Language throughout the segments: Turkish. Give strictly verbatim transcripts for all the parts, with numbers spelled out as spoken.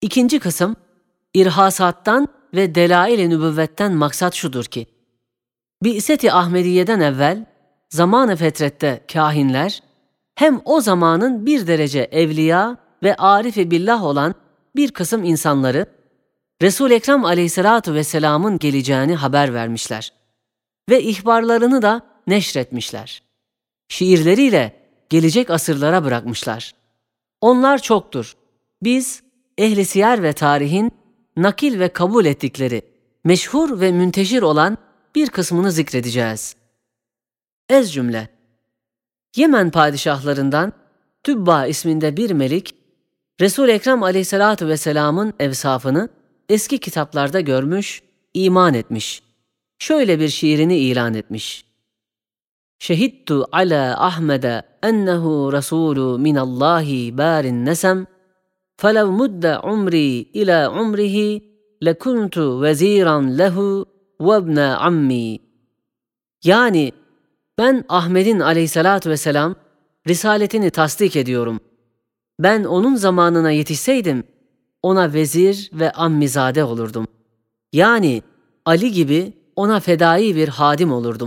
İkinci kısım, irhasattan ve delail-i nübüvvetten maksat şudur ki, Bi'set-i Ahmediye'den evvel, zaman-ı fetrette kâhinler, hem o zamanın bir derece evliya ve arif-i billah olan bir kısım insanları, Resul-i Ekrem aleyhissalatu vesselamın geleceğini haber vermişler ve ihbarlarını da neşretmişler. Şiirleriyle gelecek asırlara bırakmışlar. Onlar çoktur. Biz, ehl-i siyer ve tarihin nakil ve kabul ettikleri, meşhur ve münteşir olan bir kısmını zikredeceğiz. Ez cümle, Yemen padişahlarından Tübba isminde bir melik, Resul-i Ekrem aleyhissalatu vesselamın evsafını eski kitaplarda görmüş, iman etmiş. Şöyle bir şiirini ilan etmiş. Şehittu ala Ahmede ennehu Resulü minallahi barin nesem, felev mudde umri ila umrihi lekuntu veziran lehu vebne ammi. Yani ben Ahmet'in aleyhissalatu vesselam risaletini tasdik ediyorum. Ben onun zamanına yetişseydim, ona vezir ve ammizade olurdum. Yani Ali gibi ona fedai bir hadim olurdum.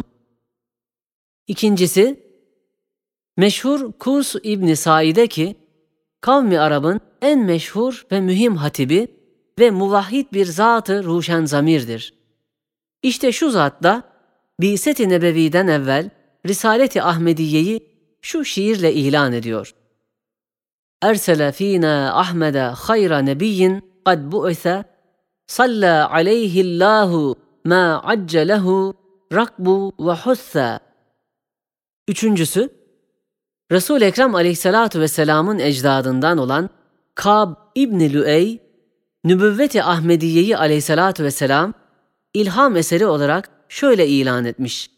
İkincisi, meşhur Kus İbni Said'e ki, kavmi Arap'ın en meşhur ve mühim hatibi ve muvahhid bir zat-ı ruşen zamirdir. İşte şu zat da, Bi'set-i Nebevi'den evvel Risalet-i Ahmediye'yi şu şiirle ilan ediyor. Ersele fînâ Ahmede hayra nebiyyin kad bu'ise, salla aleyhillâhu mâ accelehu rakbu ve hussa. Üçüncüsü, Resul-i Ekrem aleyhissalatu vesselamın ecdadından olan Kab İbni Lüey, Nübüvvet-i Ahmediye'yi aleyhissalatu vesselam ilham eseri olarak şöyle ilan etmiş.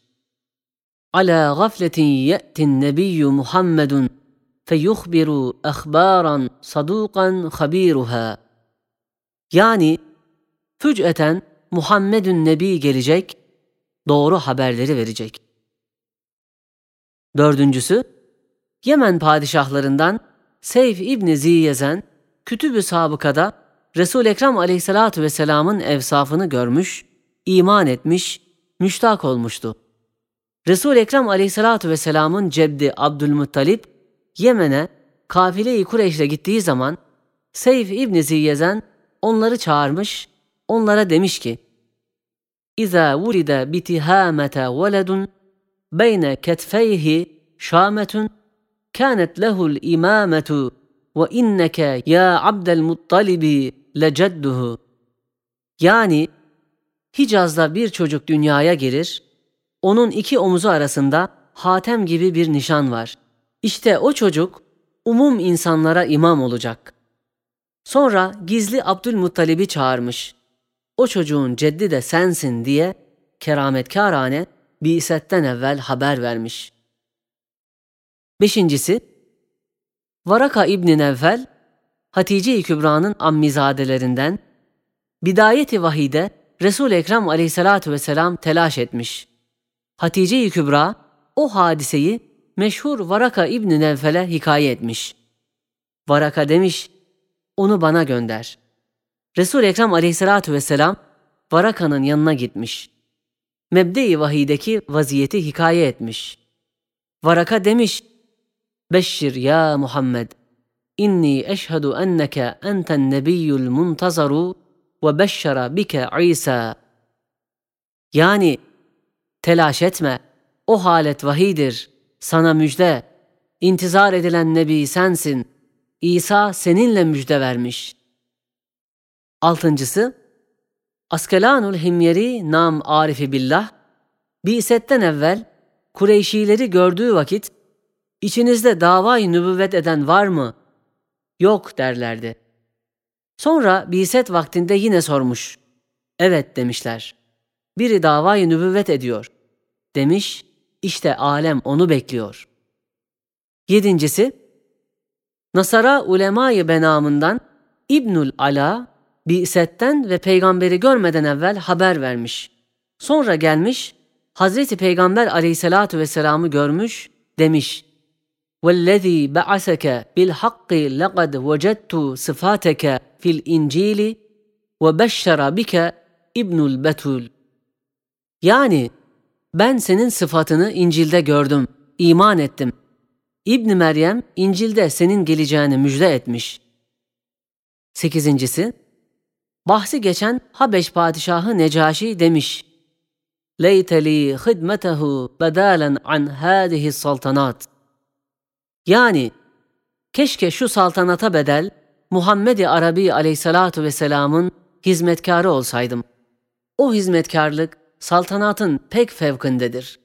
Ala gafletin ye'tin nebiyyü Muhammedun feyuhbiru ehbâran sadukan habiruha. Yani füc'eten Muhammedun Nebi gelecek, doğru haberleri verecek. Dördüncüsü, Yemen padişahlarından Seyf İbni Ziyezen, Kütüb-ü Sabıka'da Resul-i Ekrem aleyhissalatu vesselamın evsafını görmüş, iman etmiş, müştak olmuştu. Resul-i Ekrem aleyhissalatu vesselamın ceddi Abdülmuttalip, Yemen'e kafile-i Kureyş'le gittiği zaman, Seyf İbni Ziyezen onları çağırmış, onlara demiş ki, İzâ vuride bitihâmete veledun, beyne ketfeyhi şâmetun, kânet lehul imâmetu ve inneke ya Abdülmuttalibi lecedduhu. Yani Hicaz'da bir çocuk dünyaya gelir, onun iki omuzu arasında hatem gibi bir nişan var. İşte o çocuk umum insanlara imam olacak. Sonra gizli Abdülmuttalib'i çağırmış. O çocuğun ceddi de sensin diye kerametkârane Bi'setten evvel haber vermiş. Beşincisi, Varaka İbni Nevfel, Hatice-i Kübra'nın ammizadelerinden, Bidayet-i Vahide Resul-i Ekrem aleyhissalatu vesselam telaş etmiş. Hatice-i Kübra o hadiseyi meşhur Varaka İbni Nevfel'e hikaye etmiş. Varaka demiş, onu bana gönder. Resul-i Ekrem aleyhissalatu vesselam Varaka'nın yanına gitmiş. Mebde-i Vahideki vaziyeti hikaye etmiş. Varaka demiş, Beşşir ya Muhammed, inni eşhedü enneke enten nebiyyül muntazaru ve beşşera bike İsa. Yani telaş etme, o halet vahidir, sana müjde, intizar edilen nebi sensin, İsa seninle müjde vermiş. Altıncısı, Askelanul Himyeri nam Arifi Billah, Bi'setten evvel Kureyşileri gördüğü vakit, İçinizde davayı nübüvvet eden var mı? Yok derlerdi. Sonra Bi'set vaktinde yine sormuş. Evet demişler. Biri davayı nübüvvet ediyor. Demiş, işte alem onu bekliyor. Yedincisi, Nasara ulemayı benamından İbnül Ala, Bi'setten ve peygamberi görmeden evvel haber vermiş. Sonra gelmiş, Hazreti Peygamber aleyhissalatu vesselam'ı görmüş, demiş, وَالَّذ۪ي بَعَسَكَ بِالْحَقِّ لَقَدْ وَجَدْتُ صِفَاتَكَ fil İncili ve beşşera bike İbnül Betul. Yani ben senin sıfatını İncil'de gördüm, iman ettim. İbn Meryem İncil'de senin geleceğini müjde etmiş. Sekizincisi, bahsi geçen Habeş padişahı Necaşi demiş: "Leyteli hidmetehu bedalen an hâzihi saltanat." Yani keşke şu saltanata bedel Muhammed-i Arabi aleyhissalatu vesselamın hizmetkarı olsaydım. O hizmetkarlık saltanatın pek fevkindedir.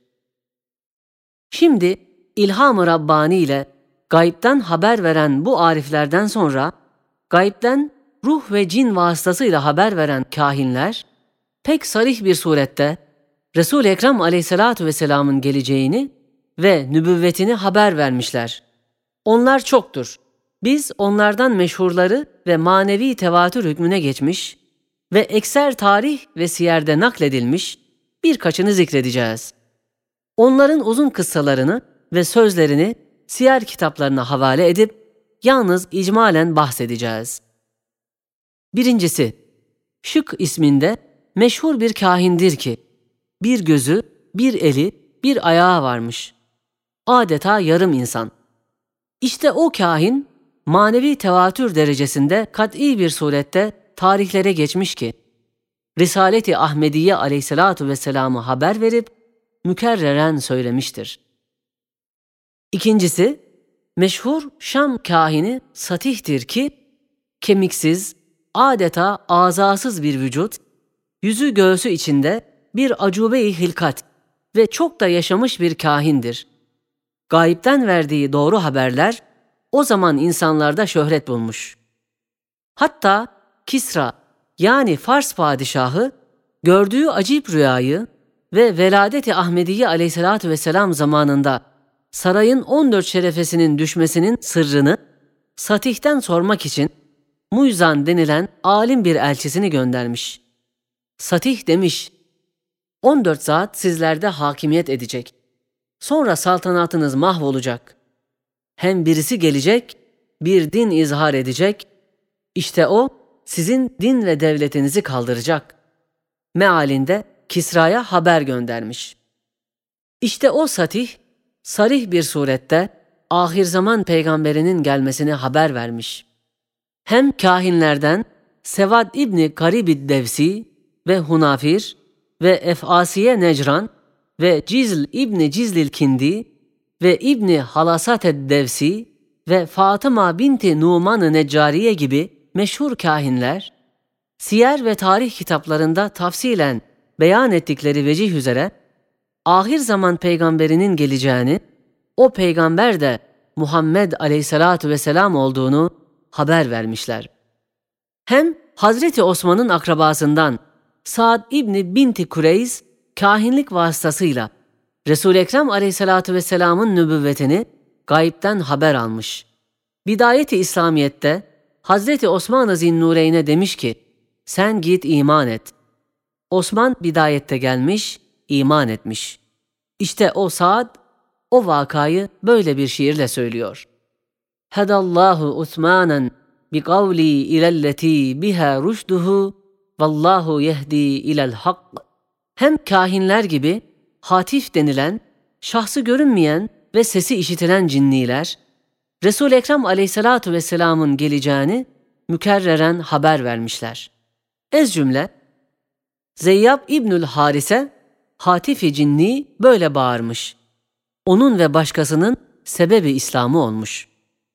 Şimdi İlham-ı Rabbani ile gaybden haber veren bu ariflerden sonra gaybden ruh ve cin vasıtasıyla haber veren kahinler pek sarih bir surette Resul-i Ekrem aleyhissalatu vesselamın geleceğini ve nübüvvetini haber vermişler. Onlar çoktur. Biz onlardan meşhurları ve manevi tevatür hükmüne geçmiş ve ekser tarih ve siyerde nakledilmiş birkaçını zikredeceğiz. Onların uzun kıssalarını ve sözlerini siyer kitaplarına havale edip yalnız icmalen bahsedeceğiz. Birincisi, Şık isminde meşhur bir kahindir ki, bir gözü, bir eli, bir ayağı varmış. Adeta yarım insan. İşte o kahin, manevi tevatür derecesinde kat'i bir surette tarihlere geçmiş ki, Risalet-i Ahmediye aleyhissalatu vesselam'ı haber verip, mükerreren söylemiştir. İkincisi, meşhur Şam kahini Satih'tir ki, kemiksiz, adeta azasız bir vücut, yüzü göğsü içinde bir acube-i hilkat ve çok da yaşamış bir kahindir. Gaybden verdiği doğru haberler o zaman insanlarda şöhret bulmuş. Hatta Kisra yani Fars padişahı gördüğü acip rüyayı ve Veladet-i Ahmediye aleyhissalatu vesselam zamanında sarayın on dört şerefesinin düşmesinin sırrını Satih'ten sormak için Muyzan denilen alim bir elçisini göndermiş. Satih demiş: on dört saat sizlerde hakimiyet edecek. Sonra saltanatınız mahvolacak. Hem birisi gelecek, bir din izhar edecek, işte o sizin din ve devletinizi kaldıracak. Mealinde Kisra'ya haber göndermiş. İşte o Satih, sarih bir surette ahir zaman peygamberinin gelmesini haber vermiş. Hem kahinlerden Sevad İbni Karibid Devsi ve Hunafir ve Efasiye Necran ve Cizl İbni Cizlil Kindi ve İbni Halasat-ed Devsi ve Fatıma binti Numan-ı Neccariye gibi meşhur kahinler, siyer ve tarih kitaplarında tafsilen beyan ettikleri vecih üzere, ahir zaman peygamberinin geleceğini, o peygamber de Muhammed aleyhissalatu vesselam olduğunu haber vermişler. Hem Hazreti Osman'ın akrabasından Sa'd İbni binti Kureyz, kahinlik vasıtasıyla Resul-i Ekrem aleyhissalatu vesselamın nübüvvetini gaybden haber almış. Bidayet-i İslamiyet'te Hazreti Osman-ı Zinnureyn'e demiş ki, sen git iman et. Osman bidayette gelmiş, iman etmiş. İşte o Sa'd, o vakayı böyle bir şiirle söylüyor. Hedallahu Osmanen bi kavli ilelleti biha rüşduhu vallahu yehdi ilel hak. Hem kahinler gibi hatif denilen, şahsı görünmeyen ve sesi işitilen cinniler, Resul-i Ekrem aleyhissalatu vesselamın geleceğini mükerreren haber vermişler. Ez cümle, Zeyyab İbnül Harise, hatifi cinni böyle bağırmış. Onun ve başkasının sebebi İslam'ı olmuş.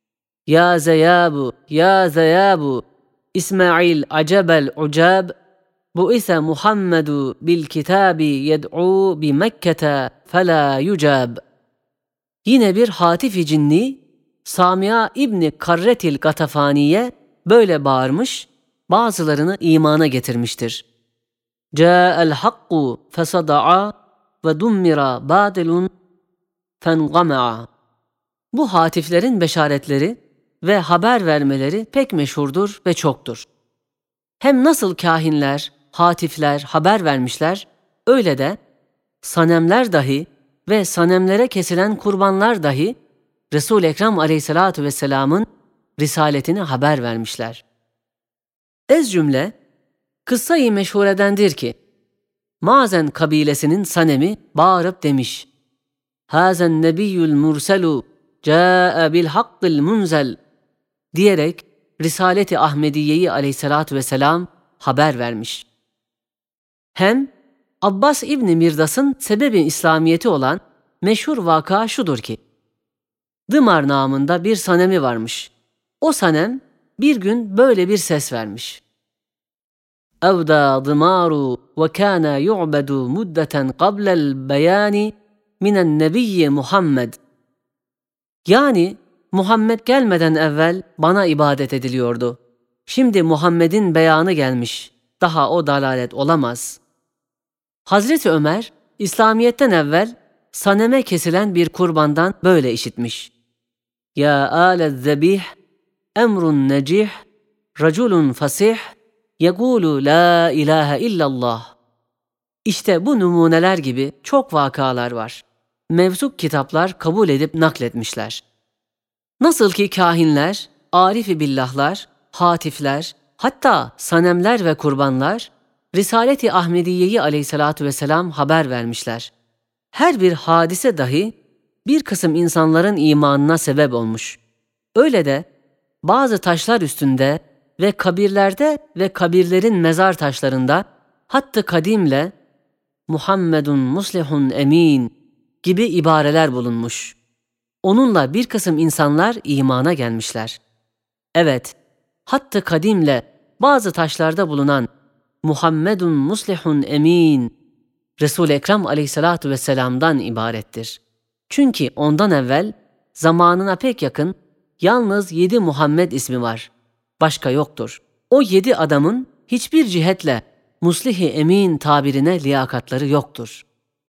Ya Zeyyabu, ya Zeyyabu, İsmail acebel ucab, bu ise Muhammedu bil kitabi yed'u bi Mekke'te fela yucab. Yine bir hatifi cinni, Samia İbni Karretil Gatafani'ye böyle bağırmış, bazılarını imana getirmiştir. Câ'el hakku fesada'a ve dummira bâdilun fengama'a. Bu hatiflerin beşaretleri ve haber vermeleri pek meşhurdur ve çoktur. Hem nasıl kahinler, hatifler haber vermişler, öyle de sanemler dahi ve sanemlere kesilen kurbanlar dahi Resul-i Ekrem aleyhissalatu vesselamın risaletini haber vermişler. Ez cümle, kıssa-i meşhuredendir ki, Mazen kabilesinin Sanemi bağırıp demiş, Hazen nebiyyül murselu câe bil hakkil munzel diyerek Risalet-i Ahmediye'yi aleyhissalatu vesselam haber vermiş. Hem Abbas İbni Mirdas'ın sebebi İslamiyeti olan meşhur vaka şudur ki, Dımar namında bir sanemi varmış. O sanem bir gün böyle bir ses vermiş. Evda dımaru ve kâne yu'bedu muddeten qablel beyani minen nebiyye Muhammed. Yani Muhammed gelmeden evvel bana ibadet ediliyordu. Şimdi Muhammed'in beyanı gelmiş. Daha o dalalet olamaz. Hazreti Ömer, İslamiyet'ten evvel saneme kesilen bir kurbandan böyle işitmiş. Ya âle'z-zebih, emrun necih, raculun fasih, yegûlu la ilahe illallah. İşte bu numuneler gibi çok vakalar var. Mevzuk kitaplar kabul edip nakletmişler. Nasıl ki kahinler, arif-i billahlar, hatifler, hatta sanemler ve kurbanlar, Risalet-i Ahmediye'yi aleyhissalatu vesselam haber vermişler. Her bir hadise dahi bir kısım insanların imanına sebep olmuş. Öyle de bazı taşlar üstünde ve kabirlerde ve kabirlerin mezar taşlarında hattı kadimle Muhammedun muslihun emin gibi ibareler bulunmuş. Onunla bir kısım insanlar imana gelmişler. Evet, hattı kadimle bazı taşlarda bulunan Muhammedun muslihun emin Resul-i Ekrem aleyhissalatu vesselam'dan ibarettir. Çünkü ondan evvel zamanına pek yakın yalnız yedi Muhammed ismi var. Başka yoktur. O yedi adamın hiçbir cihetle muslih-i emin tabirine liyakatları yoktur.